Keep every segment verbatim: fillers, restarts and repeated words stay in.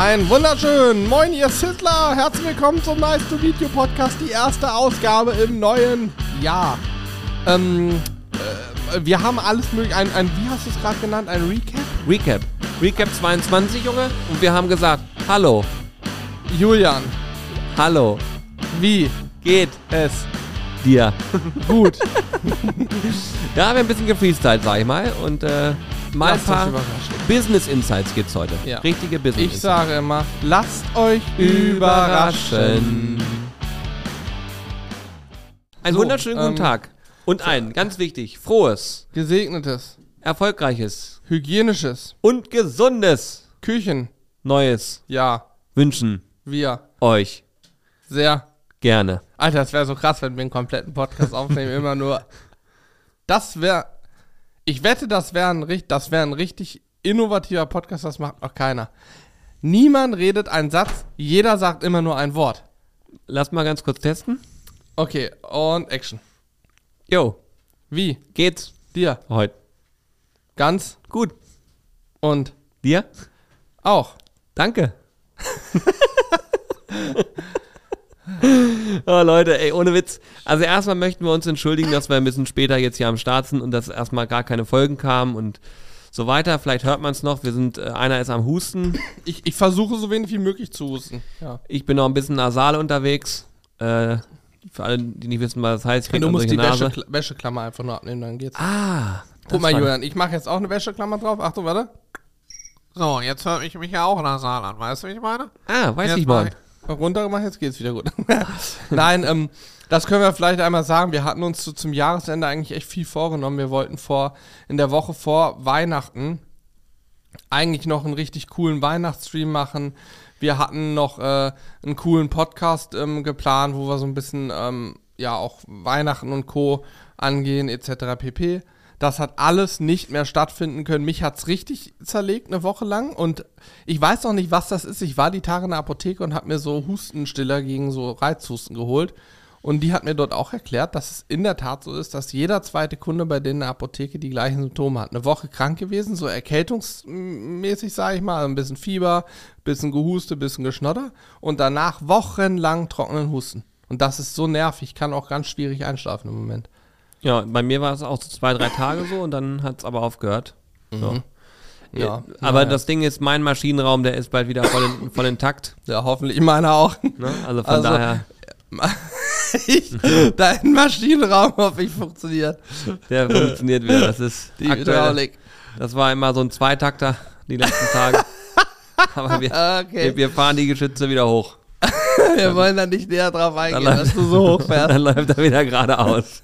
Ein wunderschön, moin ihr Sizzler, herzlich willkommen zum Nice to Meet You Podcast, die erste Ausgabe im neuen Jahr. Ähm, äh, wir haben alles mögliche, ein, ein, wie hast du es gerade genannt, ein Recap? Recap. Recap zweiundzwanzig, Junge, und wir haben gesagt, hallo. Julian. Hallo. Wie geht es dir? Gut. Ja, wir haben ein bisschen gefreestylt, sag ich mal, und äh, mal ein paar Business Insights gibt's heute. Ja. Richtige Business Ich Insights. sage immer, lasst euch überraschen. Einen So, wunderschönen guten ähm, Tag. Und ein, ganz wichtig, frohes, Gesegnetes, erfolgreiches hygienisches, und gesundes Küchen, neues ja, wünschen wir, euch sehr. gerne. Alter, das wäre so krass, wenn wir einen kompletten Podcast aufnehmen, immer nur. Das wäre. Ich wette, das wäre ein, richt- das wär ein richtig innovativer Podcast, das macht noch keiner. Niemand redet einen Satz, jeder sagt immer nur ein Wort. Lass mal ganz kurz testen. Okay, und Action. Jo, Wie? geht's Dir? heute? Ganz? Gut. Und? Dir? Auch? Danke. Oh Leute, ey, ohne Witz. Also erstmal möchten wir uns entschuldigen, dass wir ein bisschen später jetzt hier am Start sind und dass erstmal gar keine Folgen kamen und so weiter. Vielleicht hört man es noch. Wir sind, äh, einer ist am Husten. Ich, ich versuche so wenig wie möglich zu husten. Ja. Ich bin noch ein bisschen nasal unterwegs. Äh, für alle, die nicht wissen, was das heißt. Ich krieg Du dann musst die solche Nase. Wäschekla- Wäscheklammer einfach nur abnehmen, dann geht's. Ah. Guck mal, war- Julian, ich mache jetzt auch eine Wäscheklammer drauf. Achtung, warte. So, jetzt hört ich mich ja auch nasal an, weißt du, wie ich meine? Ah, weiß Jetzt ich mach mal. Runtergemacht, jetzt geht's wieder gut. Nein, ähm, das können wir vielleicht einmal sagen. Wir hatten uns so zum Jahresende eigentlich echt viel vorgenommen. Wir wollten vor, in der Woche vor Weihnachten eigentlich noch einen richtig coolen Weihnachtsstream machen. Wir hatten noch äh, einen coolen Podcast ähm, geplant, wo wir so ein bisschen, ähm, ja, auch Weihnachten und Co. angehen, et cetera pp. Das hat alles nicht mehr stattfinden können. Mich hat's richtig zerlegt, eine Woche lang. Und ich weiß auch nicht, was das ist. Ich war die Tage in der Apotheke und habe mir so Hustenstiller gegen so Reizhusten geholt. Und die hat mir dort auch erklärt, dass es in der Tat so ist, dass jeder zweite Kunde bei denen in der Apotheke die gleichen Symptome hat. Eine Woche krank gewesen, so erkältungsmäßig, sage ich mal. Ein bisschen Fieber, bisschen Gehuste, bisschen Geschnodder. Und danach wochenlang trockenen Husten. Und das ist so nervig. Kann auch ganz schwierig einschlafen im Moment. Ja, bei mir war es auch so zwei, drei Tage so und dann hat es aber aufgehört. So. Ja. Aber Ja, das Ding ist, mein Maschinenraum, der ist bald wieder voll, in, voll intakt. ja, hoffentlich meiner auch. Ne? Also von Also- daher, ich, dein Maschinenraum hoffe ich funktioniert. der funktioniert wieder. Das ist Die aktuell. Hydraulik. Das war immer so ein Zweitakter die letzten Tage. Aber wir, Okay. wir, wir fahren die Geschütze wieder hoch. Wir wollen da nicht näher drauf eingehen, Dann dass du so hoch fährst. Dann läuft er wieder geradeaus.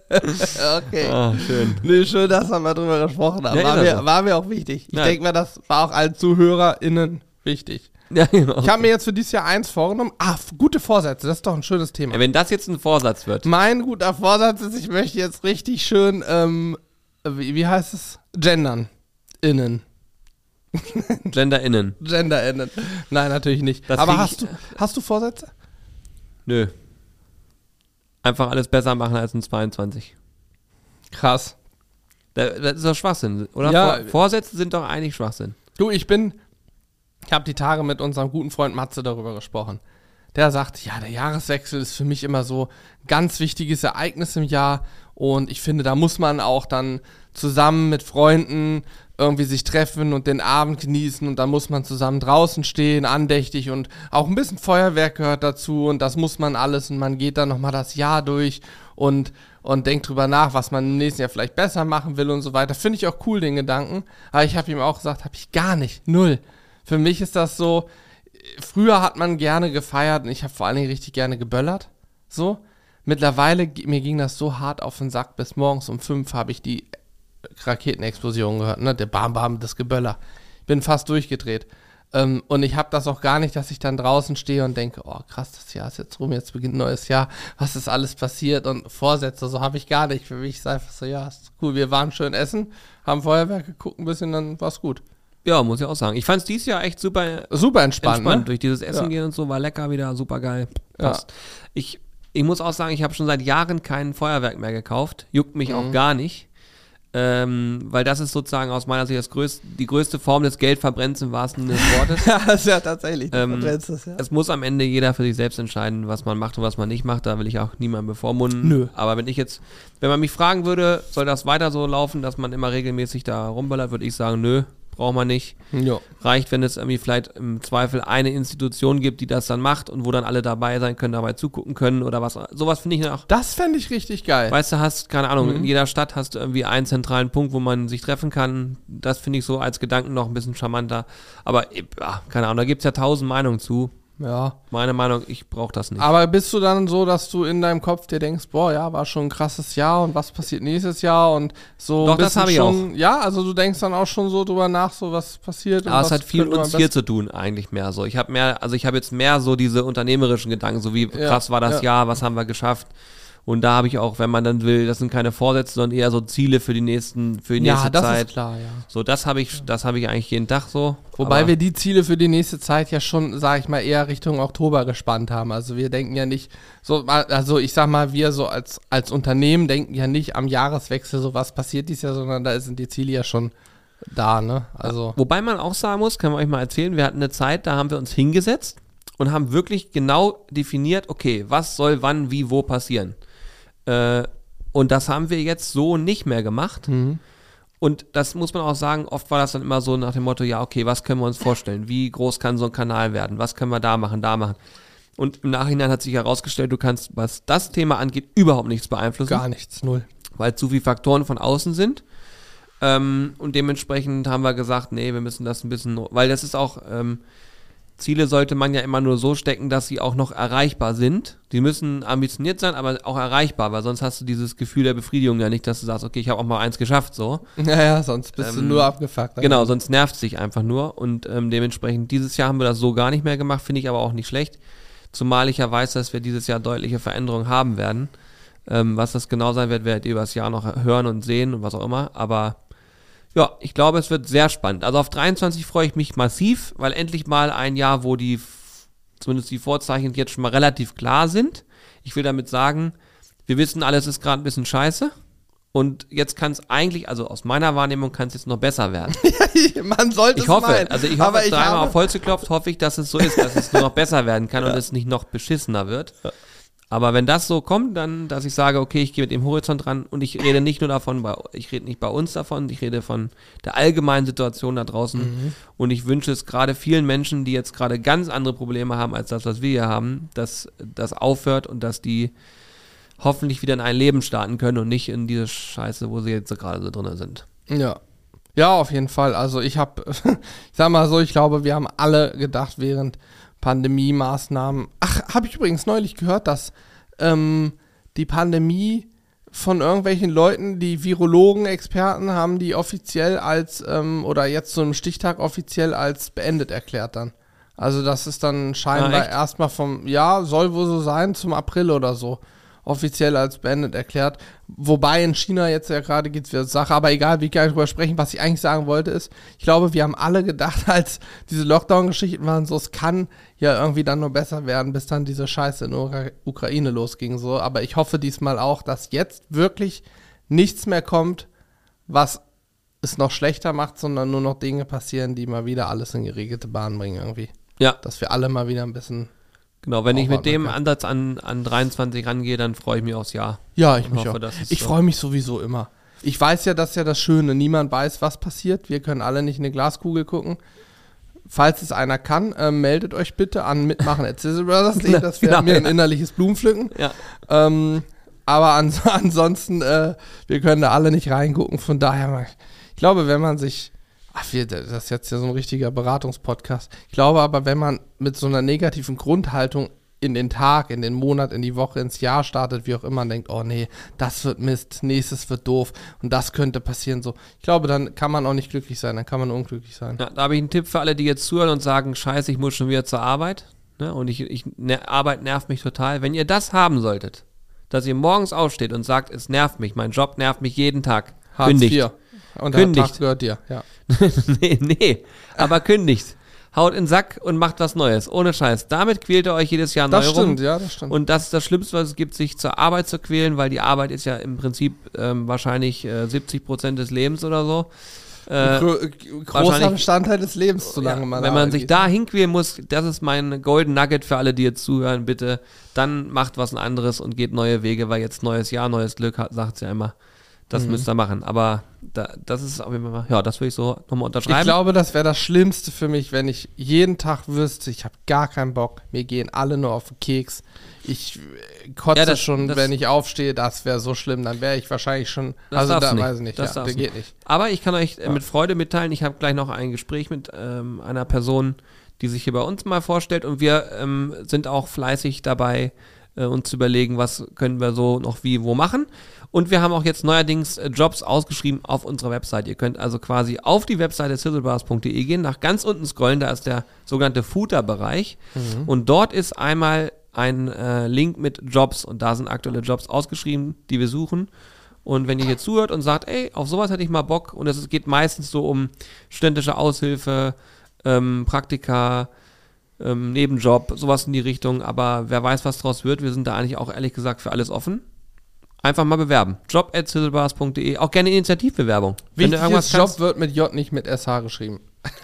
Okay. Ah, schön. Nee, schön, dass wir mal drüber gesprochen haben. Ja, war, ist mir, so. war mir auch wichtig. Ich Ja. denke mal, das war auch allen ZuhörerInnen wichtig. Ja, genau. Ich habe mir jetzt für dieses Jahr eins vorgenommen. Ah, f- gute Vorsätze, das ist doch ein schönes Thema. Ja, wenn das jetzt ein Vorsatz wird. Mein guter Vorsatz ist, ich möchte jetzt richtig schön, ähm, wie, wie heißt es? Gendern. Innen. GenderInnen. GenderInnen. Nein, natürlich nicht. Das Aber krieg hast ich- du, hast du Vorsätze? Nö. Einfach alles besser machen als ein zweiundzwanzig. Krass. Da- Das ist doch Schwachsinn, oder? Ja. Vor Vorsätze sind doch eigentlich Schwachsinn. Du, ich bin, ich habe die Tage mit unserem guten Freund Matze darüber gesprochen. Der sagt, ja, der Jahreswechsel ist für mich immer so ein ganz wichtiges Ereignis im Jahr und ich finde, da muss man auch dann zusammen mit Freunden irgendwie sich treffen und den Abend genießen und dann muss man zusammen draußen stehen, andächtig und auch ein bisschen Feuerwerk gehört dazu und das muss man alles und man geht dann nochmal das Jahr durch und, und denkt drüber nach, was man im nächsten Jahr vielleicht besser machen will und so weiter. Finde ich auch cool, den Gedanken, aber ich habe ihm auch gesagt, habe ich gar nicht, null. Für mich ist das so, früher hat man gerne gefeiert und ich habe vor allen Dingen richtig gerne geböllert, so. Mittlerweile, mir ging das so hart auf den Sack, bis morgens um fünf habe ich die Raketenexplosion gehört, ne, der Bam Bam, das Geböller. Ich bin fast durchgedreht. Ähm, und ich habe das auch gar nicht, dass ich dann draußen stehe und denke, oh krass, das Jahr ist jetzt rum, jetzt beginnt ein neues Jahr, was ist alles passiert und Vorsätze, so habe ich gar nicht. Für mich ist einfach so, ja, ist cool, wir waren schön essen, haben Feuerwerk geguckt ein bisschen, dann war's gut. Ja, muss ich auch sagen. Ich fand es dieses Jahr echt super Super entspannt, entspannt. ne? Durch dieses Essen Ja. gehen und so, war lecker wieder, super geil. Ja. Passt. Ich, ich muss auch sagen, ich habe schon seit Jahren kein Feuerwerk mehr gekauft. Juckt mich Mhm. auch gar nicht. Ähm, weil das ist sozusagen aus meiner Sicht das größte, die größte Form des Geldverbrennens im wahrsten Sinne des Wortes. Ja, das ist ja tatsächlich. Ähm, das, ja. Es muss am Ende jeder für sich selbst entscheiden, was man macht und was man nicht macht. Da will ich auch niemanden bevormunden. Nö. Aber wenn ich jetzt, wenn man mich fragen würde, soll das weiter so laufen, dass man immer regelmäßig da rumballert, würde ich sagen, nö, braucht man nicht. Jo. Reicht, wenn es irgendwie vielleicht im Zweifel eine Institution gibt, die das dann macht und wo dann alle dabei sein können, dabei zugucken können oder was. Sowas finde ich auch. Das fände ich richtig geil. Weißt du, hast, keine Ahnung, Mhm. in jeder Stadt hast du irgendwie einen zentralen Punkt, wo man sich treffen kann. Das finde ich so als Gedanken noch ein bisschen charmanter. Aber, ja, keine Ahnung, da gibt es ja tausend Meinungen zu. Ja. Meine Meinung, ich brauche das nicht. Aber bist du dann so, dass du in deinem Kopf dir denkst, boah, ja, war schon ein krasses Jahr und was passiert nächstes Jahr und so. Doch, ein das bisschen habe ich schon, Ja, also du denkst dann auch schon so drüber nach, so was passiert. Aber und es was hat viel mit könnte man uns hier best- zu tun, eigentlich mehr so. Ich habe mehr, also ich habe jetzt mehr so diese unternehmerischen Gedanken, so wie Ja, krass war das ja. Jahr, was haben wir geschafft. Und da habe ich auch, wenn man dann will, das sind keine Vorsätze, sondern eher so Ziele für die nächsten, für die nächste Ja, das Zeit. ist klar, ja. So, das habe ich, das habe ich eigentlich jeden Tag so. Wobei Aber wir die Ziele für die nächste Zeit ja schon, sag ich mal, eher Richtung Oktober gespannt haben. Also wir denken ja nicht, so, also ich sag mal, wir so als, als Unternehmen denken ja nicht am Jahreswechsel, so was passiert dies Jahr, sondern da sind die Ziele ja schon da, ne? Also. Wobei man auch sagen muss, können wir euch mal erzählen, wir hatten eine Zeit, da haben wir uns hingesetzt und haben wirklich genau definiert, okay, was soll wann, wie, wo passieren. Äh, und das haben wir jetzt so nicht mehr gemacht. Mhm. Und das muss man auch sagen, oft war das dann immer so nach dem Motto, ja, okay, was können wir uns vorstellen? Wie groß kann so ein Kanal werden? Was können wir da machen, da machen? Und im Nachhinein hat sich herausgestellt, du kannst, was das Thema angeht, überhaupt nichts beeinflussen. Gar nichts, null. Weil zu viele Faktoren von außen sind. Ähm, und dementsprechend haben wir gesagt, nee, wir müssen das ein bisschen, weil das ist auch, ähm, Ziele sollte man ja immer nur so stecken, dass sie auch noch erreichbar sind. Die müssen ambitioniert sein, aber auch erreichbar, weil sonst hast du dieses Gefühl der Befriedigung ja nicht, dass du sagst, okay, ich habe auch mal eins geschafft, so. Ja, ja, sonst bist du Ähm, nur abgefuckt. Genau, sonst nervt es dich einfach nur und ähm, dementsprechend dieses Jahr haben wir das so gar nicht mehr gemacht, finde ich aber auch nicht schlecht, zumal ich ja weiß, dass wir dieses Jahr deutliche Veränderungen haben werden. Ähm, was das genau sein wird, werdet ihr über das Jahr noch hören und sehen und was auch immer, aber ja, ich glaube, es wird sehr spannend. Also auf dreiundzwanzig freue ich mich massiv, weil endlich mal ein Jahr, wo die, zumindest die Vorzeichen jetzt schon mal relativ klar sind. Ich will damit sagen, wir wissen, alles ist gerade ein bisschen scheiße. Und jetzt kann es eigentlich, also aus meiner Wahrnehmung kann es jetzt noch besser werden. Man sollte Ich es hoffe, meinen. also ich hoffe, Aber ich dreimal habe- auf Holz geklopft, hoffe ich, dass es so ist, dass es nur noch besser werden kann und es nicht noch beschissener wird. Aber wenn das so kommt, dann, dass ich sage, okay, ich gehe mit dem Horizont ran und ich rede nicht nur davon, bei, ich rede nicht bei uns davon, ich rede von der allgemeinen Situation da draußen Mhm. und ich wünsche es gerade vielen Menschen, die jetzt gerade ganz andere Probleme haben als das, was wir hier haben, dass das aufhört und dass die hoffentlich wieder in ein Leben starten können und nicht in diese Scheiße, wo sie jetzt so gerade so drin sind. Ja. Ja, auf jeden Fall. Also ich habe, ich sag mal so, ich glaube, wir haben alle gedacht während Pandemie-Maßnahmen. Ach, habe ich übrigens neulich gehört, dass ähm, die Pandemie von irgendwelchen Leuten, die Virologen, Experten, haben die offiziell als, ähm, oder jetzt zu einem Stichtag offiziell als beendet erklärt dann. Also das ist dann scheinbar Ah, echt? erstmal vom, ja, soll wohl so sein, zum April oder so. Offiziell als beendet erklärt. Wobei in China jetzt ja gerade geht's wieder zur Sache, aber egal, wie kann ich drüber sprechen, was ich eigentlich sagen wollte ist, ich glaube, wir haben alle gedacht, als diese Lockdown-Geschichten waren so, es kann ja irgendwie dann nur besser werden, bis dann diese Scheiße in der Ukra- Ukraine losging, so. Aber ich hoffe diesmal auch, dass jetzt wirklich nichts mehr kommt, was es noch schlechter macht, sondern nur noch Dinge passieren, die mal wieder alles in geregelte Bahnen bringen irgendwie. Ja. Dass wir alle mal wieder ein bisschen. Genau, wenn ich mit dem Okay. Ansatz an, an dreiundzwanzig rangehe, dann freue ich mich aufs Jahr. Ja, ich Und mich hoffe, auch. dass es Ich so- freue mich sowieso immer. Ich weiß ja, das ist ja das Schöne. Niemand weiß, was passiert. Wir können alle nicht in eine Glaskugel gucken. Falls es einer kann, äh, meldet euch bitte an mitmachen at Sizzle Brothers. Das wäre Genau, mir ein ja. innerliches Blumenpflücken. Ja. Ähm, aber ans ansonsten, äh, wir können da alle nicht reingucken. Von daher, mal- ich glaube, wenn man sich, ach, wir, das ist jetzt ja so ein richtiger Beratungspodcast. Ich glaube aber, wenn man mit so einer negativen Grundhaltung in den Tag, in den Monat, in die Woche, ins Jahr startet, wie auch immer, und denkt, oh nee, das wird Mist, nächstes wird doof und das könnte passieren, so. Ich glaube, dann kann man auch nicht glücklich sein, dann kann man unglücklich sein. Ja, da habe ich einen Tipp für alle, die jetzt zuhören und sagen, scheiße, ich muss schon wieder zur Arbeit. Ne? Und ich, ich ne, Arbeit nervt mich total. Wenn ihr das haben solltet, dass ihr morgens aufsteht und sagt, es nervt mich, mein Job nervt mich jeden Tag. Hartz Kündigt. vier. Und Kündigt. der Tag gehört dir, ja. nee, nee, aber kündigt. haut in den Sack und macht was Neues. Ohne Scheiß. Damit quält ihr euch jedes Jahr neu Das rum. stimmt, ja, das stimmt. Und das ist das Schlimmste, was es gibt, sich zur Arbeit zu quälen, weil die Arbeit ist ja im Prinzip ähm, wahrscheinlich äh, siebzig Prozent des Lebens oder so. Äh, Gro großer Bestandteil des Lebens, solange ja, man wenn man da sich geht. da hinquälen muss, das ist mein Golden Nugget für alle, die jetzt zuhören, bitte, dann macht was anderes und geht neue Wege, weil jetzt neues Jahr, neues Glück, sagt sie ja immer. Das Mhm. müsst ihr machen. Aber da, das ist auf jeden Fall, ja, das würde ich so nochmal unterschreiben. Ich glaube, das wäre das Schlimmste für mich, wenn ich jeden Tag wüsste, ich habe gar keinen Bock, mir gehen alle nur auf den Keks. Ich äh, kotze Ja, das- schon, das- wenn ich aufstehe, das wäre so schlimm, dann wäre ich wahrscheinlich schon, Das also darfst da du nicht. weiß ich nicht, Das ja, darfst der du geht nicht. Aber ich kann euch äh, mit Freude mitteilen, ich habe gleich noch ein Gespräch mit ähm, einer Person, die sich hier bei uns mal vorstellt und wir ähm, sind auch fleißig dabei, äh, uns zu überlegen, was können wir so noch wie wo machen. Und wir haben auch jetzt neuerdings äh, Jobs ausgeschrieben auf unserer Website. Ihr könnt also quasi auf die Webseite sizzlebars punkt de gehen, nach ganz unten scrollen, da ist der sogenannte Footer-Bereich Mhm. und dort ist einmal ein äh, Link mit Jobs und da sind aktuelle Jobs ausgeschrieben, die wir suchen. Und wenn ihr hier zuhört und sagt, ey, auf sowas hätte ich mal Bock und es geht meistens so um studentische Aushilfe, ähm, Praktika, ähm, Nebenjob, sowas in die Richtung, aber wer weiß, was draus wird, wir sind da eigentlich auch ehrlich gesagt für alles offen. Einfach mal bewerben. job at sizzlebars punkt de, auch gerne Initiativbewerbung. Wenn du Wichtig irgendwas ist, Job kannst, wird mit J, nicht mit S H geschrieben.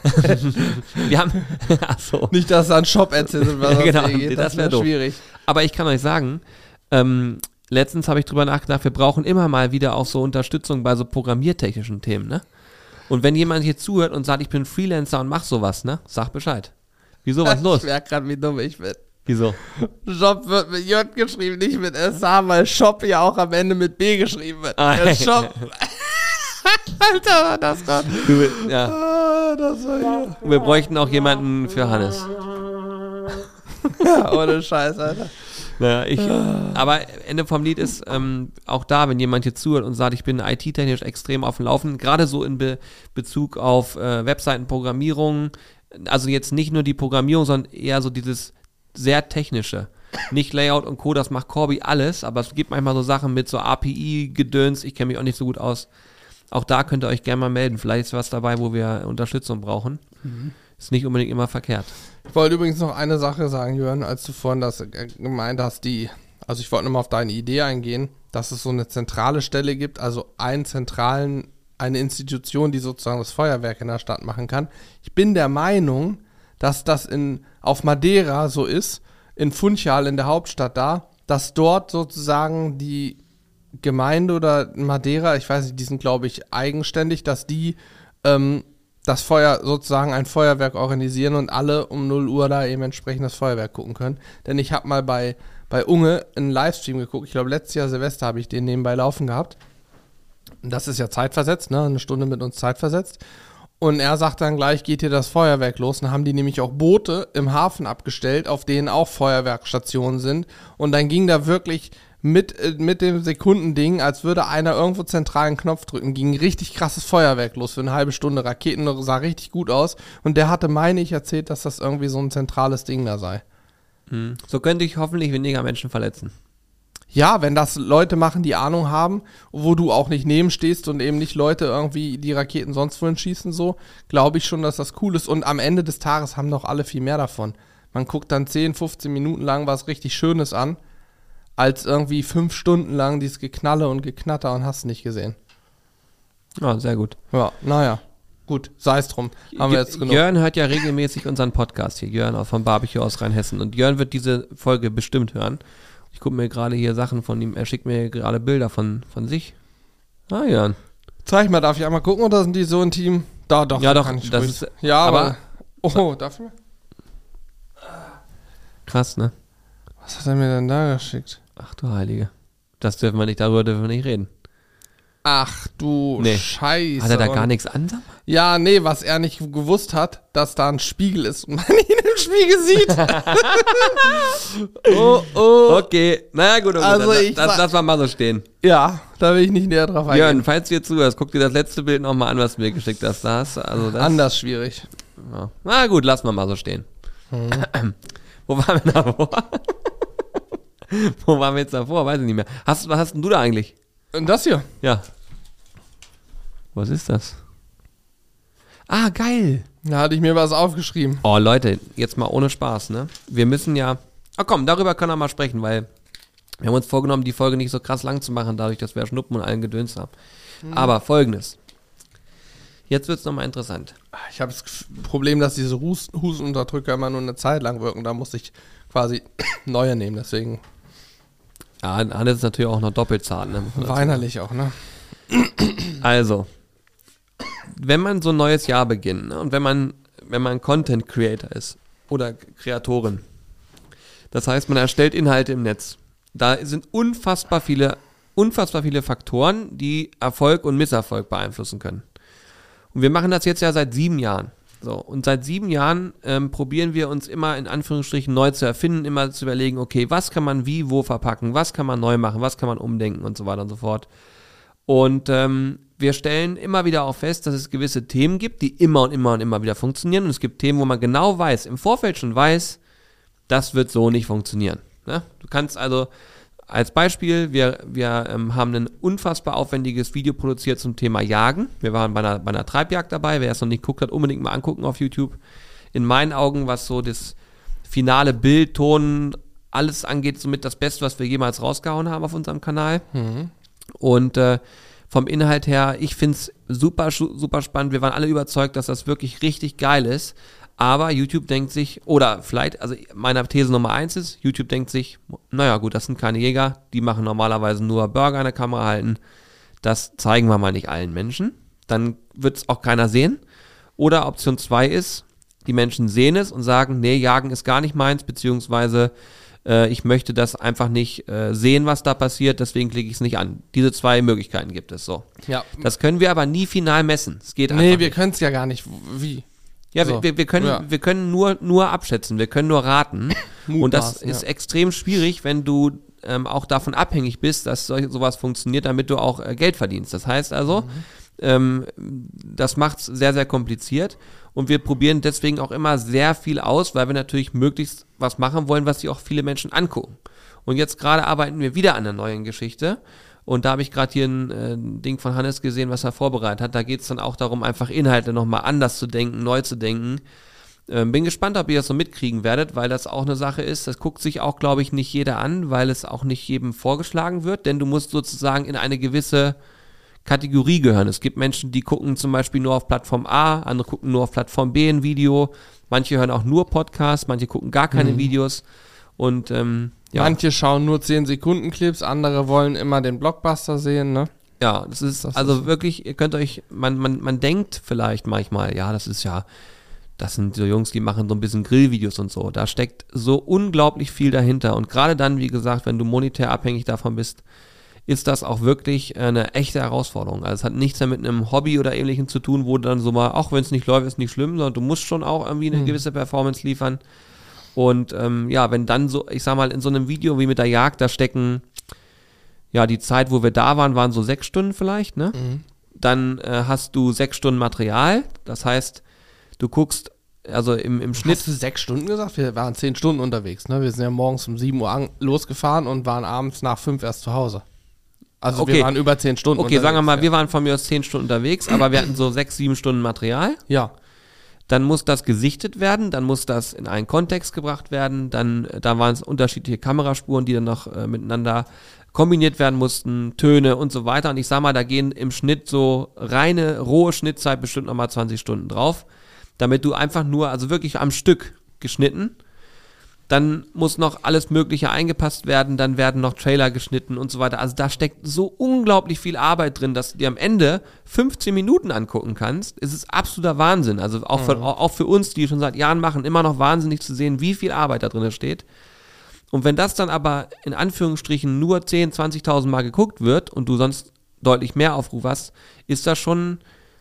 wir haben, ach so. Nicht, dass da ein Shop erzählt, was Genau, das geht, das das wär wäre doof. schwierig. Aber ich kann euch sagen, ähm, letztens habe ich drüber nachgedacht, wir brauchen immer mal wieder auch so Unterstützung bei so programmiertechnischen Themen, ne? Und wenn jemand hier zuhört und sagt, ich bin Freelancer und mach sowas, ne? Sag Bescheid. Wieso, was ist los? Ich merke gerade, wie dumm ich bin. Wieso? Job wird mit J geschrieben, nicht mit S H, weil Shop ja auch am Ende mit B geschrieben wird. Ah, Der Shop. Alter, war das gerade. Du, ja. Ah, das war hier. Wir bräuchten auch jemanden für Hannes. Ja, ohne Scheiß, Alter. Naja, ich, aber Ende vom Lied ist ähm, auch da, wenn jemand hier zuhört und sagt, ich bin I T-technisch extrem auf dem Laufen, gerade so in Be Bezug auf äh, Webseitenprogrammierung, also jetzt nicht nur die Programmierung, sondern eher so dieses sehr technische. Nicht Layout und Co., das macht Corby alles, aber es gibt manchmal so Sachen mit so A P I-Gedöns, ich kenne mich auch nicht so gut aus. Auch da könnt ihr euch gerne mal melden. Vielleicht ist was dabei, wo wir Unterstützung brauchen. Mhm. Ist nicht unbedingt immer verkehrt. Ich wollte übrigens noch eine Sache sagen, Jörn, als du vorhin das äh, gemeint hast, die, also ich wollte nochmal auf deine Idee eingehen, dass es so eine zentrale Stelle gibt, also einen zentralen, eine Institution, die sozusagen das Feuerwerk in der Stadt machen kann. Ich bin der Meinung, dass das in, auf Madeira so ist, in Funchal, in der Hauptstadt da, dass dort sozusagen die Gemeinde oder Madeira, ich weiß nicht, die sind, glaube ich, eigenständig, dass die ähm, das Feuer, sozusagen ein Feuerwerk organisieren und alle um null Uhr da eben entsprechend das Feuerwerk gucken können. Denn ich habe mal bei, bei Unge einen Livestream geguckt, ich glaube letztes Jahr Silvester habe ich den nebenbei laufen gehabt. Und das ist ja zeitversetzt, ne? Eine Stunde mit uns zeitversetzt. Und er sagt dann gleich, geht hier das Feuerwerk los. Dann haben die nämlich auch Boote im Hafen abgestellt, auf denen auch Feuerwerkstationen sind. Und dann ging da wirklich mit, äh, mit dem Sekundending, als würde einer irgendwo zentralen Knopf drücken, ging ein richtig krasses Feuerwerk los für eine halbe Stunde. Raketen, sah richtig gut aus. Und der hatte, meine ich, erzählt, dass das irgendwie so ein zentrales Ding da sei. Mhm. So könnte ich hoffentlich weniger Menschen verletzen. Ja, wenn das Leute machen, die Ahnung haben, wo du auch nicht neben stehst und eben nicht Leute irgendwie die Raketen sonst wohin schießen, so, glaube ich schon, dass das cool ist. Und am Ende des Tages haben doch alle viel mehr davon. Man guckt dann zehn, fünfzehn Minuten lang was richtig Schönes an, als irgendwie fünf Stunden lang dieses Geknalle und Geknatter und hast nicht gesehen. Ja, sehr gut. Ja, naja, gut, sei es drum. Haben wir jetzt genug. Jörn hört ja regelmäßig unseren Podcast hier, Jörn aus vom Barbecue aus Rheinhessen. Und Jörn wird diese Folge bestimmt hören. Ich gucke mir gerade hier Sachen von ihm, er schickt mir gerade Bilder von, von sich. Ah, Jörn. Zeig mal, darf ich einmal gucken oder sind die so intim? Da, doch. Ja, doch, kann ich das ruhig. ist- Ja, aber, aber- oh, darf ich mal? Krass, ne? Was hat er mir denn da geschickt? Ach du Heilige. Das dürfen wir nicht, darüber dürfen wir nicht reden. Ach du Nee. Scheiße. Hat er da Und- gar nichts an? Sag mal? Ja, nee, was er nicht gewusst hat, dass da ein Spiegel ist und man ihn im Spiegel sieht. oh, oh. Okay, naja gut, okay, Also das, ich das, sag- das war mal so stehen. Ja, da will ich nicht näher drauf Jörn, eingehen. falls du dir zuhörst, guck dir das letzte Bild nochmal an, was du mir geschickt hast. Da hast du, also das, Anders schwierig. Ja. Na gut, lassen wir mal so stehen. Wo waren wir davor? Wo waren wir jetzt davor? Weiß ich nicht mehr. Hast, was hast denn du da eigentlich? Und das hier? Ja. Was ist das? Ah, geil. Da hatte ich mir was aufgeschrieben. Oh Leute, jetzt mal ohne Spaß, ne? Wir müssen ja, ach komm, darüber können wir mal sprechen, weil wir haben uns vorgenommen, die Folge nicht so krass lang zu machen, dadurch, dass wir Schnuppen und allen Gedöns haben. Mhm. Aber Folgendes. Jetzt wird es nochmal interessant. Ich habe das Problem, dass diese Hus- Hustenunterdrücker immer nur eine Zeit lang wirken. Da muss ich quasi neue nehmen, deswegen. Ja, Hannes ist natürlich auch noch doppelt zart, ne? Weinerlich auch, ne? Also, wenn man so ein neues Jahr beginnt, ne, und wenn man, wenn man Content Creator ist oder Kreatorin, das heißt, man erstellt Inhalte im Netz, da sind unfassbar viele, unfassbar viele Faktoren, die Erfolg und Misserfolg beeinflussen können. Und wir machen das jetzt ja seit sieben Jahren. So, und seit sieben Jahren ähm, probieren wir uns immer in Anführungsstrichen neu zu erfinden, immer zu überlegen, okay, was kann man wie, wo verpacken, was kann man neu machen, was kann man umdenken und so weiter und so fort. Und ähm, wir stellen immer wieder auch fest, dass es gewisse Themen gibt, die immer und immer und immer wieder funktionieren. Und es gibt Themen, wo man genau weiß, im Vorfeld schon weiß, das wird so nicht funktionieren. Ne? Du kannst also als Beispiel, wir, wir ähm, haben ein unfassbar aufwendiges Video produziert zum Thema Jagen. Wir waren bei einer, bei einer Treibjagd dabei. Wer es noch nicht geguckt hat, unbedingt mal angucken auf YouTube. In meinen Augen, was so das finale Bild, Ton, alles angeht, somit das Beste, was wir jemals rausgehauen haben auf unserem Kanal. Mhm. Und äh, vom Inhalt her, ich finde es super, super spannend. Wir waren alle überzeugt, dass das wirklich richtig geil ist. Aber YouTube denkt sich, oder vielleicht, also meine These Nummer eins ist, YouTube denkt sich, naja gut, das sind keine Jäger, die machen normalerweise nur Burger in der Kamera halten. Das zeigen wir mal nicht allen Menschen. Dann wird es auch keiner sehen. Oder Option zwei ist, die Menschen sehen es und sagen, nee, Jagen ist gar nicht meins, beziehungsweise äh, ich möchte das einfach nicht äh, sehen, was da passiert, deswegen klicke ich es nicht an. Diese zwei Möglichkeiten gibt es so. Ja. Das können wir aber nie final messen. Es geht einfach Nee, wir nicht. können es ja gar nicht. Wie? Ja, so. wir, wir können, ja. wir können nur, nur abschätzen, wir können nur raten. Und das Mutmaßen, ist ja. extrem schwierig, wenn du ähm, auch davon abhängig bist, dass so, sowas funktioniert, damit du auch äh, Geld verdienst. Das heißt also, mhm. ähm, das macht es sehr, sehr kompliziert. Und wir probieren deswegen auch immer sehr viel aus, weil wir natürlich möglichst was machen wollen, was sich auch viele Menschen angucken. Und jetzt gerade arbeiten wir wieder an einer neuen Geschichte. Und da habe ich gerade hier ein äh, Ding von Hannes gesehen, was er vorbereitet hat. Da geht es dann auch darum, einfach Inhalte nochmal anders zu denken, neu zu denken. Ähm, bin gespannt, ob ihr das so mitkriegen werdet, weil das auch eine Sache ist. Das guckt sich auch, glaube ich, nicht jeder an, weil es auch nicht jedem vorgeschlagen wird. Denn du musst sozusagen in eine gewisse Kategorie gehören. Es gibt Menschen, die gucken zum Beispiel nur auf Plattform A, andere gucken nur auf Plattform B ein Video. Manche hören auch nur Podcasts, manche gucken gar keine mhm. Videos. Und ähm, ja. Manche schauen nur zehn Sekunden Clips, andere wollen immer den Blockbuster sehen, ne? Ja, das ist das also ist wirklich, ihr könnt euch, man, man, man denkt vielleicht manchmal, ja, das ist ja, das sind so Jungs, die machen so ein bisschen Grillvideos und so. Da steckt so unglaublich viel dahinter. Und gerade dann, wie gesagt, wenn du monetär abhängig davon bist, ist das auch wirklich eine echte Herausforderung. Also es hat nichts mehr mit einem Hobby oder Ähnlichem zu tun, wo dann so mal, auch wenn es nicht läuft, ist nicht schlimm, sondern du musst schon auch irgendwie eine mhm. gewisse Performance liefern. Und ähm, ja, wenn dann so, ich sag mal, in so einem Video wie mit der Jagd, da stecken, ja, die Zeit, wo wir da waren, waren so sechs Stunden vielleicht, ne? Mhm. Dann äh, hast du sechs Stunden Material, das heißt, du guckst, also im, im Schnitt... Hast du sechs Stunden gesagt? Wir waren zehn Stunden unterwegs, ne? Wir sind ja morgens um sieben Uhr an, losgefahren und waren abends nach fünf erst zu Hause. Also okay. wir waren über zehn Stunden okay, unterwegs. Okay, sagen wir mal, ja. wir waren von mir aus zehn Stunden unterwegs, aber wir hatten so sechs, sieben Stunden Material. Ja. Dann muss das gesichtet werden, dann muss das in einen Kontext gebracht werden, dann da waren es unterschiedliche Kameraspuren, die dann noch äh, miteinander kombiniert werden mussten, Töne und so weiter. Und ich sag mal, da gehen im Schnitt so reine, rohe Schnittzeit bestimmt nochmal zwanzig Stunden drauf, damit du einfach nur, also wirklich am Stück geschnitten, dann muss noch alles Mögliche eingepasst werden, dann werden noch Trailer geschnitten und so weiter. Also da steckt so unglaublich viel Arbeit drin, dass du dir am Ende fünfzehn Minuten angucken kannst. Es ist absoluter Wahnsinn. Also auch, mhm. für, auch für uns, die schon seit Jahren machen, immer noch wahnsinnig zu sehen, wie viel Arbeit da drin steht. Und wenn das dann aber in Anführungsstrichen nur zehntausend, zwanzigtausend Mal geguckt wird und du sonst deutlich mehr Aufruf hast, ist das schon...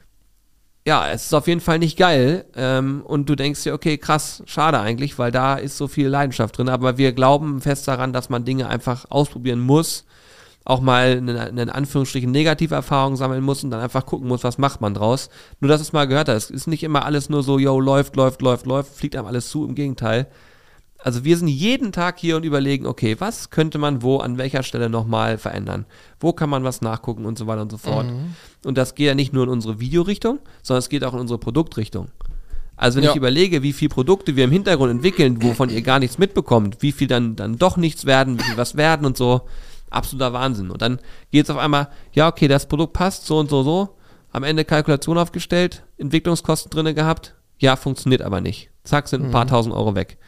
Ja, es ist auf jeden Fall nicht geil ähm, und du denkst dir, okay, krass, schade eigentlich, weil da ist so viel Leidenschaft drin, aber wir glauben fest daran, dass man Dinge einfach ausprobieren muss, auch mal eine, eine in Anführungsstrichen negative Erfahrung sammeln muss und dann einfach gucken muss, was macht man draus. Nur, dass es mal gehört hat, es ist nicht immer alles nur so, yo, läuft, läuft, läuft, läuft, fliegt einem alles zu, im Gegenteil. Also wir sind jeden Tag hier und überlegen, okay, was könnte man wo, an welcher Stelle nochmal verändern? Wo kann man was nachgucken und so weiter und so fort. Mhm. Und das geht ja nicht nur in unsere Videorichtung, sondern es geht auch in unsere Produktrichtung. Also wenn Ja. ich überlege, wie viele Produkte wir im Hintergrund entwickeln, wovon ihr gar nichts mitbekommt, wie viel dann, dann doch nichts werden, wie viel was werden und so, absoluter Wahnsinn. Und dann geht es auf einmal, ja okay, das Produkt passt, so und so, so, am Ende Kalkulation aufgestellt, Entwicklungskosten drinne gehabt, ja, funktioniert aber nicht. Zack, sind ein paar tausend Euro weg.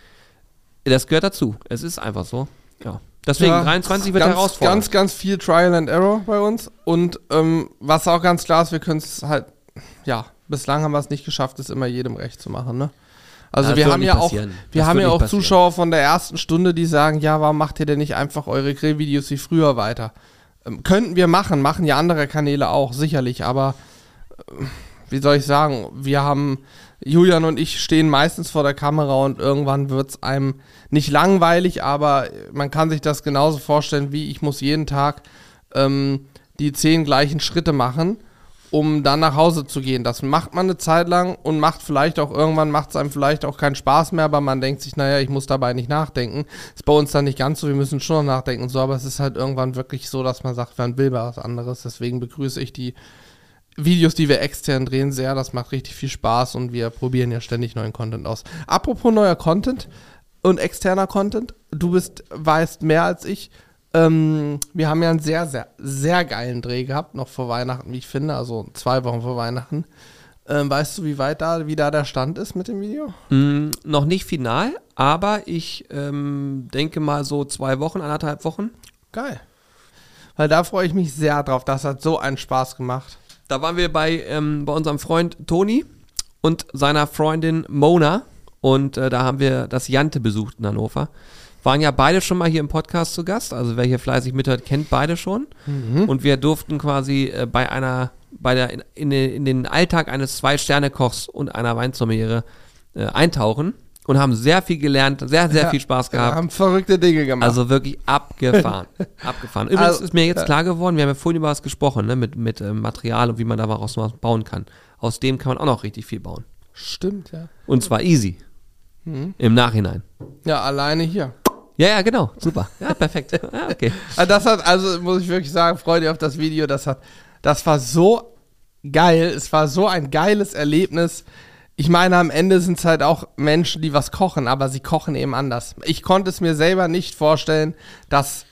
Das gehört dazu. Es ist einfach so. Ja. Deswegen, Ja, dreiundzwanzig wird ganz, herausfordernd. Ganz, ganz viel Trial and Error bei uns. Und ähm, was auch ganz klar ist, wir können es halt, ja, bislang haben wir es nicht geschafft, es immer jedem recht zu machen, ne? Also Das wir wird haben nicht ja auch, passieren. wir Das haben wird ja nicht auch passieren. Zuschauer von der ersten Stunde, die sagen, ja, warum macht ihr denn nicht einfach eure Grillvideos wie früher weiter? Ähm, könnten wir machen, machen ja andere Kanäle auch, sicherlich, aber äh, wie soll ich sagen, wir haben, Julian und ich stehen meistens vor der Kamera und irgendwann wird es einem nicht langweilig, aber man kann sich das genauso vorstellen, wie ich muss jeden Tag ähm, die zehn gleichen Schritte machen, um dann nach Hause zu gehen. Das macht man eine Zeit lang und macht vielleicht auch, irgendwann macht es einem vielleicht auch keinen Spaß mehr, aber man denkt sich, naja, ich muss dabei nicht nachdenken. Ist bei uns dann nicht ganz so, wir müssen schon noch nachdenken und so, aber es ist halt irgendwann wirklich so, dass man sagt, man will was anderes. Deswegen begrüße ich die Videos, die wir extern drehen, sehr. Das macht richtig viel Spaß und wir probieren ja ständig neuen Content aus. Apropos neuer Content und externer Content, du bist, weißt mehr als ich. Ähm, wir haben ja einen sehr, sehr, sehr geilen Dreh gehabt, noch vor Weihnachten, wie ich finde, also zwei Wochen vor Weihnachten. Ähm, weißt du, wie weit da, wie da der Stand ist mit dem Video? Mm, noch nicht final, aber ich ähm, denke mal so zwei Wochen, anderthalb Wochen. Geil. Weil da freue ich mich sehr drauf. Das hat so einen Spaß gemacht. Da waren wir bei, ähm, bei unserem Freund Toni und seiner Freundin Mona und äh, da haben wir das Jante besucht in Hannover. Waren ja beide schon mal hier im Podcast zu Gast, also wer hier fleißig mithört, kennt beide schon. Mhm. Und wir durften quasi äh, bei einer, bei der, in, in, den- in den Alltag eines Zwei-Sterne-Kochs und einer Weinsommeliere äh, eintauchen und haben sehr viel gelernt, sehr, sehr Ja, viel Spaß Wir gehabt. haben verrückte Dinge gemacht. Also wirklich abgefahren. abgefahren. Übrigens Also, ist mir jetzt ja. klar geworden, wir haben ja vorhin über was gesprochen, ne, mit, mit ähm, Material und wie man daraus was bauen kann. Aus dem kann man auch noch richtig viel bauen. Stimmt, ja. Und zwar easy. Mhm. Im Nachhinein. Ja, alleine hier. Ja, ja, genau. Super. Ja, perfekt. Ja, okay. Also das hat, also muss ich wirklich sagen, freut ihr auf das Video. Das hat, das war so geil. Es war so ein geiles Erlebnis. Ich meine, am Ende sind es halt auch Menschen, die was kochen, aber sie kochen eben anders. Ich konnte es mir selber nicht vorstellen, dass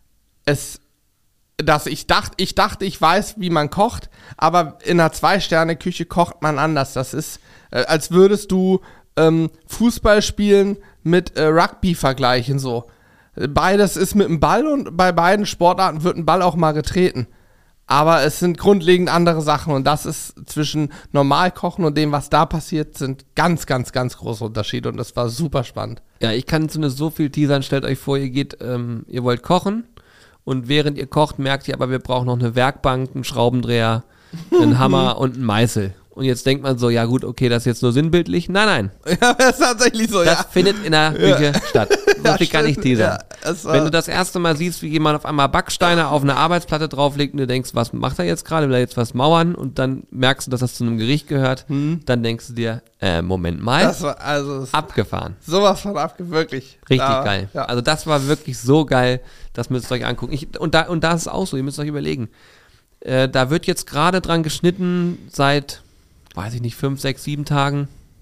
es, dass ich dachte, ich dachte, ich weiß, wie man kocht, aber in einer Zwei-Sterne-Küche kocht man anders. Das ist, äh, als würdest du ähm, Fußball spielen mit äh, Rugby vergleichen, so. Beides ist mit dem Ball und bei beiden Sportarten wird ein Ball auch mal getreten. Aber es sind grundlegend andere Sachen und das ist zwischen Normalkochen und dem, was da passiert, sind ganz, ganz, ganz große Unterschiede und das war super spannend. Ja, ich kann zumindest so viel teasern. Stellt euch vor, ihr geht, ähm, ihr wollt kochen und während ihr kocht, merkt ihr aber, wir brauchen noch eine Werkbank, einen Schraubendreher, einen Hammer und einen Meißel. Und jetzt denkt man so, ja gut, okay, das ist jetzt nur sinnbildlich. Nein, nein, Ja, das ist tatsächlich so, das ja. findet in der Küche statt. So viel kann ich stimmt. teasern. Ja, es war- Wenn du das erste Mal siehst, wie jemand auf einmal Backsteine auf eine Arbeitsplatte drauflegt und du denkst, was macht er jetzt gerade? Will er jetzt was mauern? Und dann merkst du, dass das zu einem Gericht gehört. Dann denkst du dir, äh, Moment mal, Das war, also, es- abgefahren. sowas von abge, wirklich. Richtig Da- geil. Ja. Also das war wirklich so geil, das müsst ihr euch angucken. Ich, und, da, und da ist es auch so, ihr müsst euch überlegen. Äh, da wird jetzt gerade dran geschnitten seit, weiß ich nicht, fünf, sechs, sieben Tagen.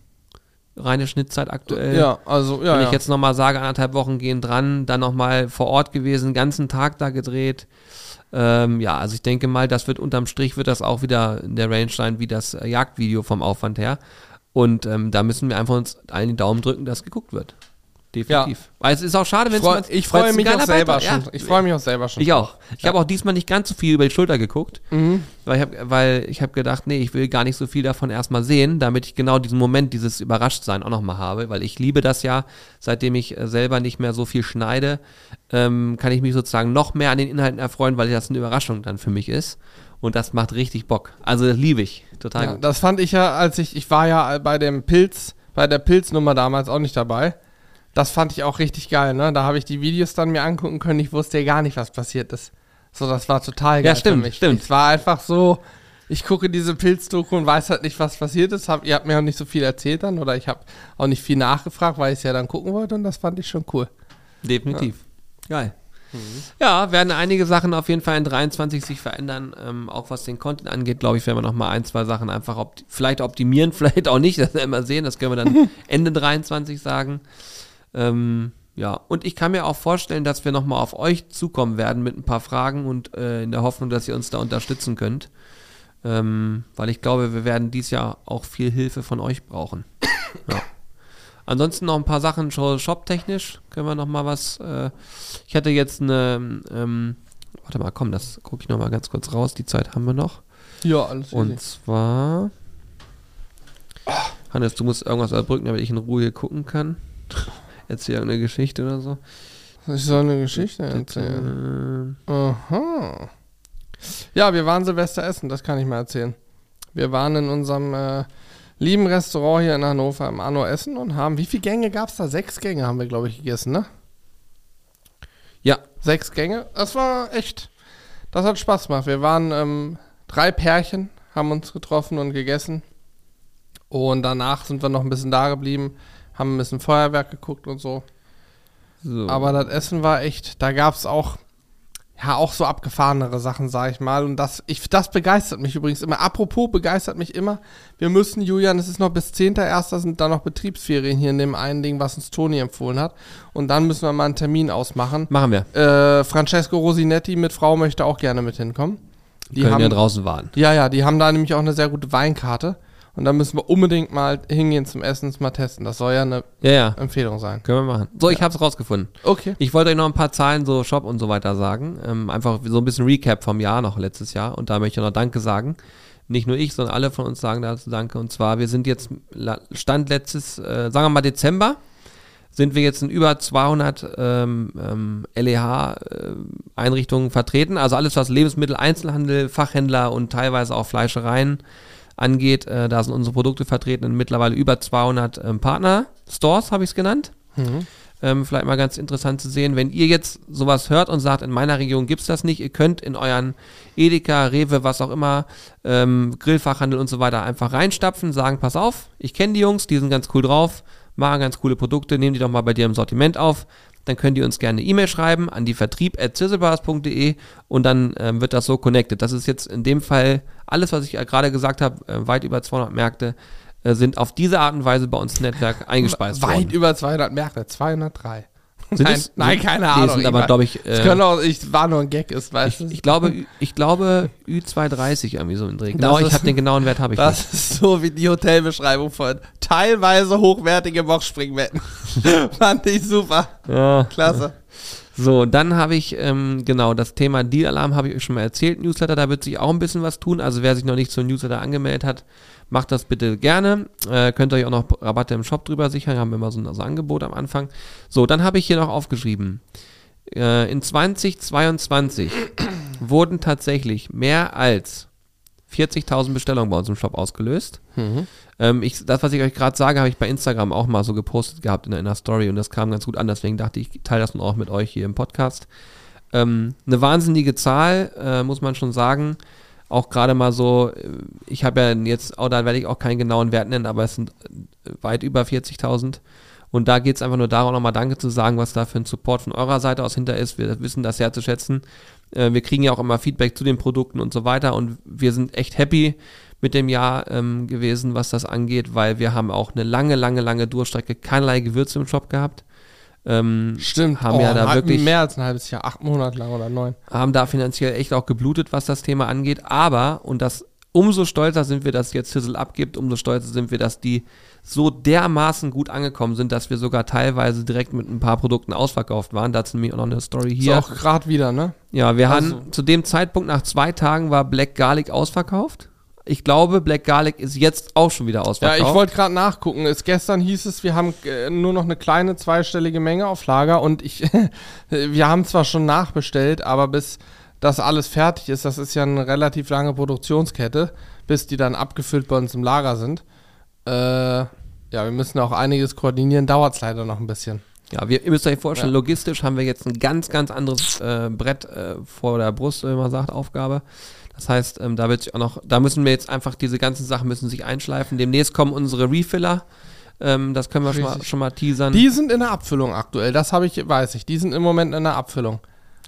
Reine Schnittzeit aktuell. ja, also, ja, Wenn ja. ich jetzt nochmal sage, anderthalb Wochen gehen dran, dann nochmal vor Ort gewesen, den ganzen Tag da gedreht. Ähm, ja, also ich denke mal, das wird unterm Strich, wird das auch wieder in der Range sein, wie das äh, Jagdvideo vom Aufwand her. Und ähm, da müssen wir einfach uns allen die Daumen drücken, dass geguckt wird. Definitiv. Weil es ist auch schade, wenn Ich freu- es ich freue mich auch selber schon. Ich freue mich auch selber schon. Ich auch. Ich habe auch diesmal nicht ganz so viel über die Schulter geguckt, Mhm. weil ich habe weil ich hab gedacht, nee, ich will gar nicht so viel davon erstmal sehen, damit ich genau diesen Moment, dieses Überraschtsein auch nochmal habe, weil ich liebe das ja, seitdem ich äh, selber nicht mehr so viel schneide, ähm, kann ich mich sozusagen noch mehr an den Inhalten erfreuen, weil das eine Überraschung dann für mich ist und das macht richtig Bock. Also das liebe ich, total Ja, gut. das fand ich ja, als ich, ich war ja bei dem Pilz, bei der Pilznummer damals auch nicht dabei. Das fand ich auch richtig geil, ne? Da habe ich die Videos dann mir angucken können, ich wusste ja gar nicht, was passiert ist. So, das war total geil Ja, stimmt, für mich. stimmt. Es war einfach so, ich gucke diese Pilzdoku und weiß halt nicht, was passiert ist. Hab, ihr habt mir auch nicht so viel erzählt dann oder ich habe auch nicht viel nachgefragt, weil ich es ja dann gucken wollte und das fand ich schon cool. Definitiv. Geil. Ja, werden einige Sachen auf jeden Fall in dreiundzwanzig sich verändern. Ähm, auch was den Content angeht, glaube ich, werden wir noch mal ein, zwei Sachen einfach opt- vielleicht optimieren, vielleicht auch nicht, das werden wir sehen. Das können wir dann Ende dreiundzwanzig sagen. Ähm, ja, und ich kann mir auch vorstellen, dass wir noch mal auf euch zukommen werden mit ein paar Fragen und äh, in der Hoffnung, dass ihr uns da unterstützen könnt. Ähm, weil ich glaube, wir werden dieses Jahr auch viel Hilfe von euch brauchen. Ja. Ansonsten noch ein paar Sachen shop-technisch. Können wir noch mal was... Äh, ich hatte jetzt eine... Ähm, warte mal, komm, das gucke ich noch mal ganz kurz raus. Die Zeit haben wir noch. Ja, alles Und easy. zwar... Hannes, du musst irgendwas überbrücken, damit ich in Ruhe hier gucken kann. Erzähl irgendeine Geschichte oder so. Ich soll eine Geschichte erzählen. Aha. Ja, wir waren Silvester essen, das kann ich mal erzählen. Wir waren in unserem äh, lieben Restaurant hier in Hannover im Anno essen und haben, wie viele Gänge gab es da? Sechs Gänge haben wir, glaube ich, gegessen, ne? Ja. Sechs Gänge. Das war echt, das hat Spaß gemacht. Wir waren ähm, drei Pärchen, haben uns getroffen und gegessen. Und danach sind wir noch ein bisschen da geblieben, haben ein bisschen Feuerwerk geguckt und so. So. Aber das Essen war echt, da gab es auch, ja, auch so abgefahrenere Sachen, sag ich mal. Und das, ich, das begeistert mich übrigens immer. Apropos, begeistert mich immer. Wir müssen, Julian, es ist noch bis zehnten ersten sind da noch Betriebsferien hier in dem einen Ding, was uns Toni empfohlen hat. Und dann müssen wir mal einen Termin ausmachen. Machen wir. Äh, Francesco Rosinetti mit Frau möchte auch gerne mit hinkommen. Die können haben, ja draußen warten. Ja, ja, die haben da nämlich auch eine sehr gute Weinkarte. Und da müssen wir unbedingt mal hingehen zum Essen, es mal testen. Das soll ja eine Ja, ja. Empfehlung sein. Können wir machen. So, ich hab's rausgefunden. Okay. Ich wollte euch noch ein paar Zahlen, so Shop und so weiter sagen. Ähm, einfach so ein bisschen Recap vom Jahr noch letztes Jahr. Und da möchte ich noch Danke sagen. Nicht nur ich, sondern alle von uns sagen dazu Danke. Und zwar, wir sind jetzt, Stand letztes, äh, sagen wir mal Dezember, sind wir jetzt in über zweihundert ähm, ähm, L E H-Einrichtungen vertreten. Also alles, was Lebensmittel, Einzelhandel, Fachhändler und teilweise auch Fleischereien angeht. Äh, da sind unsere Produkte vertreten in mittlerweile über zweihundert ähm, Partner-Stores, habe ich es genannt. Mhm. Ähm, vielleicht mal ganz interessant zu sehen, wenn ihr jetzt sowas hört und sagt, in meiner Region gibt's das nicht, ihr könnt in euren Edeka, Rewe, was auch immer, ähm, Grillfachhandel und so weiter einfach reinstapfen, sagen, pass auf, ich kenne die Jungs, die sind ganz cool drauf, machen ganz coole Produkte, nehmen die doch mal bei dir im Sortiment auf, dann könnt ihr uns gerne eine E-Mail schreiben an die vertrieb at zizzlebars punkt de und dann ähm, wird das so connected. Das ist jetzt in dem Fall alles, was ich äh, gerade gesagt habe, äh, weit über zweihundert Märkte äh, sind auf diese Art und Weise bei uns im Netzwerk eingespeist Weit worden. über zweihundert Märkte, zweihundertdrei. Sind nein, es? nein, Sind- keine nee, Ahnung. sind aber, ich glaube ich, Es äh, können auch, ich war nur ein Gag, ist, weißt ich, du? ich glaube, ich glaube Ü zweihundertdreißig irgendwie so im Dreh. Das Genau, ich ist- habe den genauen Wert habe ich nicht. Das ist so wie die Hotelbeschreibung von teilweise hochwertige Boxspringbetten. Fand ich super. Ja. Klasse. So, dann habe ich, ähm, genau, das Thema Deal-Alarm habe ich euch schon mal erzählt, Newsletter, da wird sich auch ein bisschen was tun, also wer sich noch nicht zum Newsletter angemeldet hat, macht das bitte gerne, äh, könnt ihr euch auch noch Rabatte im Shop drüber sichern, haben wir immer so ein so ein Angebot am Anfang. So, dann habe ich hier noch aufgeschrieben, äh, in zweitausendzweiundzwanzig wurden tatsächlich mehr als vierzigtausend Bestellungen bei uns im Shop ausgelöst. Mhm. Ähm, ich, das, was ich euch gerade sage, habe ich bei Instagram auch mal so gepostet gehabt in einer Story und das kam ganz gut an, deswegen dachte ich, ich teile das nun auch mit euch hier im Podcast. Ähm, eine wahnsinnige Zahl, äh, muss man schon sagen. Auch gerade mal so, äh, ich habe ja jetzt, oh, da werde ich auch keinen genauen Wert nennen, aber es sind äh, weit über vierzigtausend. Und da geht es einfach nur darum, nochmal Danke zu sagen, was da für ein Support von eurer Seite aus hinter ist. Wir wissen das sehr zu schätzen. Äh, wir kriegen ja auch immer Feedback zu den Produkten und so weiter und wir sind echt happy mit dem Jahr ähm, gewesen, was das angeht, weil wir haben auch eine lange, lange, lange Durchstrecke keinerlei Gewürze im Shop gehabt. Ähm, Stimmt. Haben ja da hatten wirklich mehr als ein halbes Jahr, acht Monate lang oder neun. haben da finanziell echt auch geblutet, was das Thema angeht. Aber, und das umso stolzer sind wir, dass jetzt Sizzle abgibt, umso stolzer sind wir, dass die so dermaßen gut angekommen sind, dass wir sogar teilweise direkt mit ein paar Produkten ausverkauft waren. Dazu nämlich auch noch eine Story Ist hier. auch gerade wieder, ne? Ja, wir Also- hatten zu dem Zeitpunkt nach zwei Tagen war Black Garlic ausverkauft. Ich glaube, Black Garlic ist jetzt auch schon wieder Ja, ausverkauft. ich wollte gerade nachgucken. Es, gestern hieß es, wir haben äh, nur noch eine kleine zweistellige Menge auf Lager und ich, wir haben zwar schon nachbestellt, aber bis das alles fertig ist, das ist ja eine relativ lange Produktionskette, bis die dann abgefüllt bei uns im Lager sind. Äh, ja, wir müssen auch einiges koordinieren, dauert es leider noch ein bisschen. Ja, wir, ihr müsst euch vorstellen, Ja. logistisch haben wir jetzt ein ganz, ganz anderes äh, Brett äh, vor der Brust, wie man sagt, Aufgabe. Das heißt, ähm, da wird sich auch noch, da müssen wir jetzt einfach, diese ganzen Sachen müssen sich einschleifen. Demnächst kommen unsere Refiller. Ähm, das können wir schon mal, Richtig. schon mal teasern. Die sind in der Abfüllung aktuell, das habe ich, weiß ich. Die sind im Moment in der Abfüllung.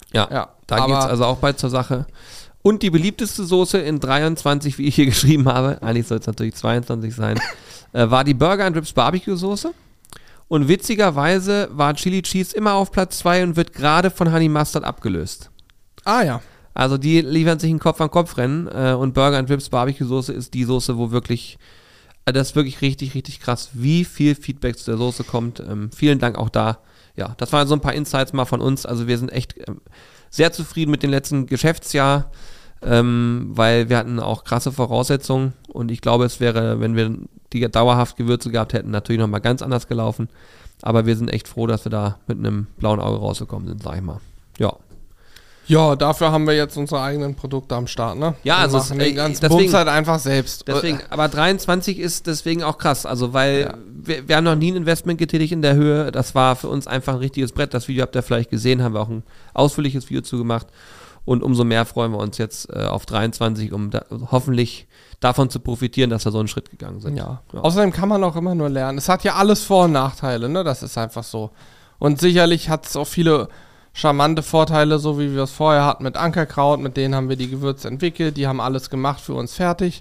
Ja, Ja, da aber- geht es also auch bald zur Sache. Und die beliebteste Soße in dreiundzwanzig, wie ich hier geschrieben habe, eigentlich soll es natürlich zweiundzwanzig sein, äh, war die Burger and Ribs Barbecue Soße. Und witzigerweise war Chili Cheese immer auf Platz zwei und wird gerade von Honey Mustard abgelöst. Ah ja. Also die liefern sich ein Kopf-an-Kopf-Rennen äh, und Burger and Ribs Barbecue Soße ist die Soße, wo wirklich, äh, das ist wirklich richtig, richtig krass, wie viel Feedback zu der Soße kommt. Ähm, vielen Dank auch da. Ja, das waren so ein paar Insights mal von uns. Also wir sind echt ähm, sehr zufrieden mit dem letzten Geschäftsjahr, ähm, weil wir hatten auch krasse Voraussetzungen und ich glaube, es wäre, wenn wir die dauerhaft Gewürze gehabt hätten, natürlich nochmal ganz anders gelaufen. Aber wir sind echt froh, dass wir da mit einem blauen Auge rausgekommen sind, sag ich mal. Ja. Ja, dafür haben wir jetzt unsere eigenen Produkte am Start, ne? Ja, Und also machen es- den äh, ganzen deswegen- Bums halt einfach selbst. Deswegen, aber dreiundzwanzig ist deswegen auch krass, also weil Ja. wir, wir haben noch nie ein Investment getätigt in der Höhe, das war für uns einfach ein richtiges Brett, das Video habt ihr vielleicht gesehen, haben wir auch ein ausführliches Video zu gemacht und umso mehr freuen wir uns jetzt äh, auf dreiundzwanzig, um da, hoffentlich davon zu profitieren, dass wir so einen Schritt gegangen sind. Ja. Außerdem kann man auch immer nur lernen. Es hat ja alles Vor- und Nachteile, ne? Das ist einfach so. Und sicherlich hat es auch viele charmante Vorteile, so wie wir es vorher hatten mit Ankerkraut. Mit denen haben wir die Gewürze entwickelt. Die haben alles gemacht für uns fertig.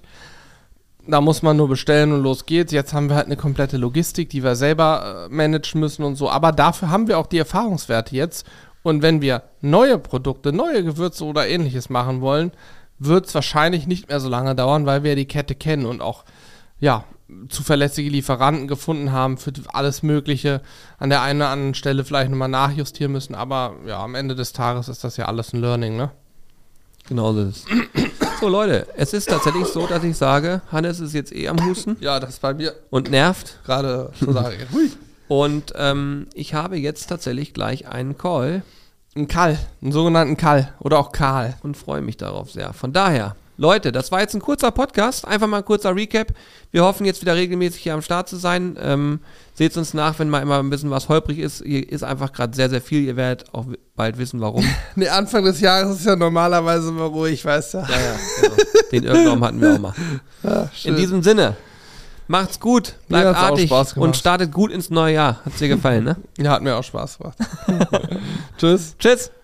Da muss man nur bestellen und los geht's. Jetzt haben wir halt eine komplette Logistik, die wir selber äh, managen müssen und so. Aber dafür haben wir auch die Erfahrungswerte jetzt. Und wenn wir neue Produkte, neue Gewürze oder ähnliches machen wollen, wird es wahrscheinlich nicht mehr so lange dauern, weil wir die Kette kennen und auch, ja, zuverlässige Lieferanten gefunden haben für alles Mögliche. An der einen oder anderen Stelle vielleicht nochmal nachjustieren müssen, aber ja, am Ende des Tages ist das ja alles ein Learning, ne? Genau so ist es. So Leute, es ist tatsächlich so, dass ich sage, Hannes ist jetzt eh am Husten Ja, das ist bei mir und nervt gerade so sage ich. Hui. und ähm, ich habe jetzt tatsächlich gleich einen Call Ein Kall, einen sogenannten Kall oder auch Karl. und freue mich darauf sehr. Von daher, Leute, das war jetzt ein kurzer Podcast, einfach mal ein kurzer Recap. Wir hoffen jetzt wieder regelmäßig hier am Start zu sein. Ähm, seht uns nach, wenn mal immer ein bisschen was holprig ist. Hier ist einfach gerade sehr, sehr viel. Ihr werdet auch bald wissen, warum. Nee, Anfang des Jahres ist ja normalerweise immer ruhig, weißt du. Ja, ja, genau. Den Irrglaube hatten wir auch mal. Ja, schön. In diesem Sinne, macht's gut, Mir bleibt hat's auch artig Spaß gemacht. und startet gut ins neue Jahr. Hat's dir gefallen, ne? Ja, hat mir auch Spaß gemacht. Tschüss. Tschüss.